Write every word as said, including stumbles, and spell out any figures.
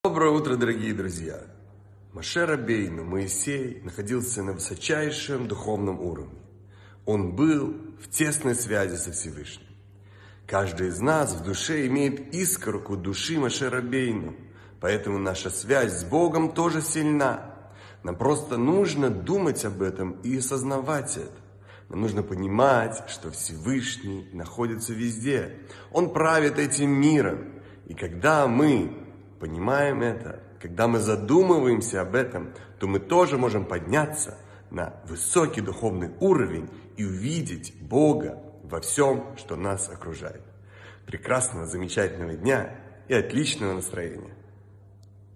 Доброе утро, дорогие друзья! Моше Рабейну, Моисей, находился на высочайшем духовном уровне. Он был в тесной связи со Всевышним. Каждый из нас в душе имеет искорку души Моше Рабейну, поэтому наша связь с Богом тоже сильна. Нам просто нужно думать об этом и осознавать это. Нам нужно понимать, что Всевышний находится везде. Он правит этим миром. И когда мы понимаем это, когда мы задумываемся об этом, то мы тоже можем подняться на высокий духовный уровень и увидеть Бога во всем, что нас окружает. Прекрасного, замечательного дня и отличного настроения!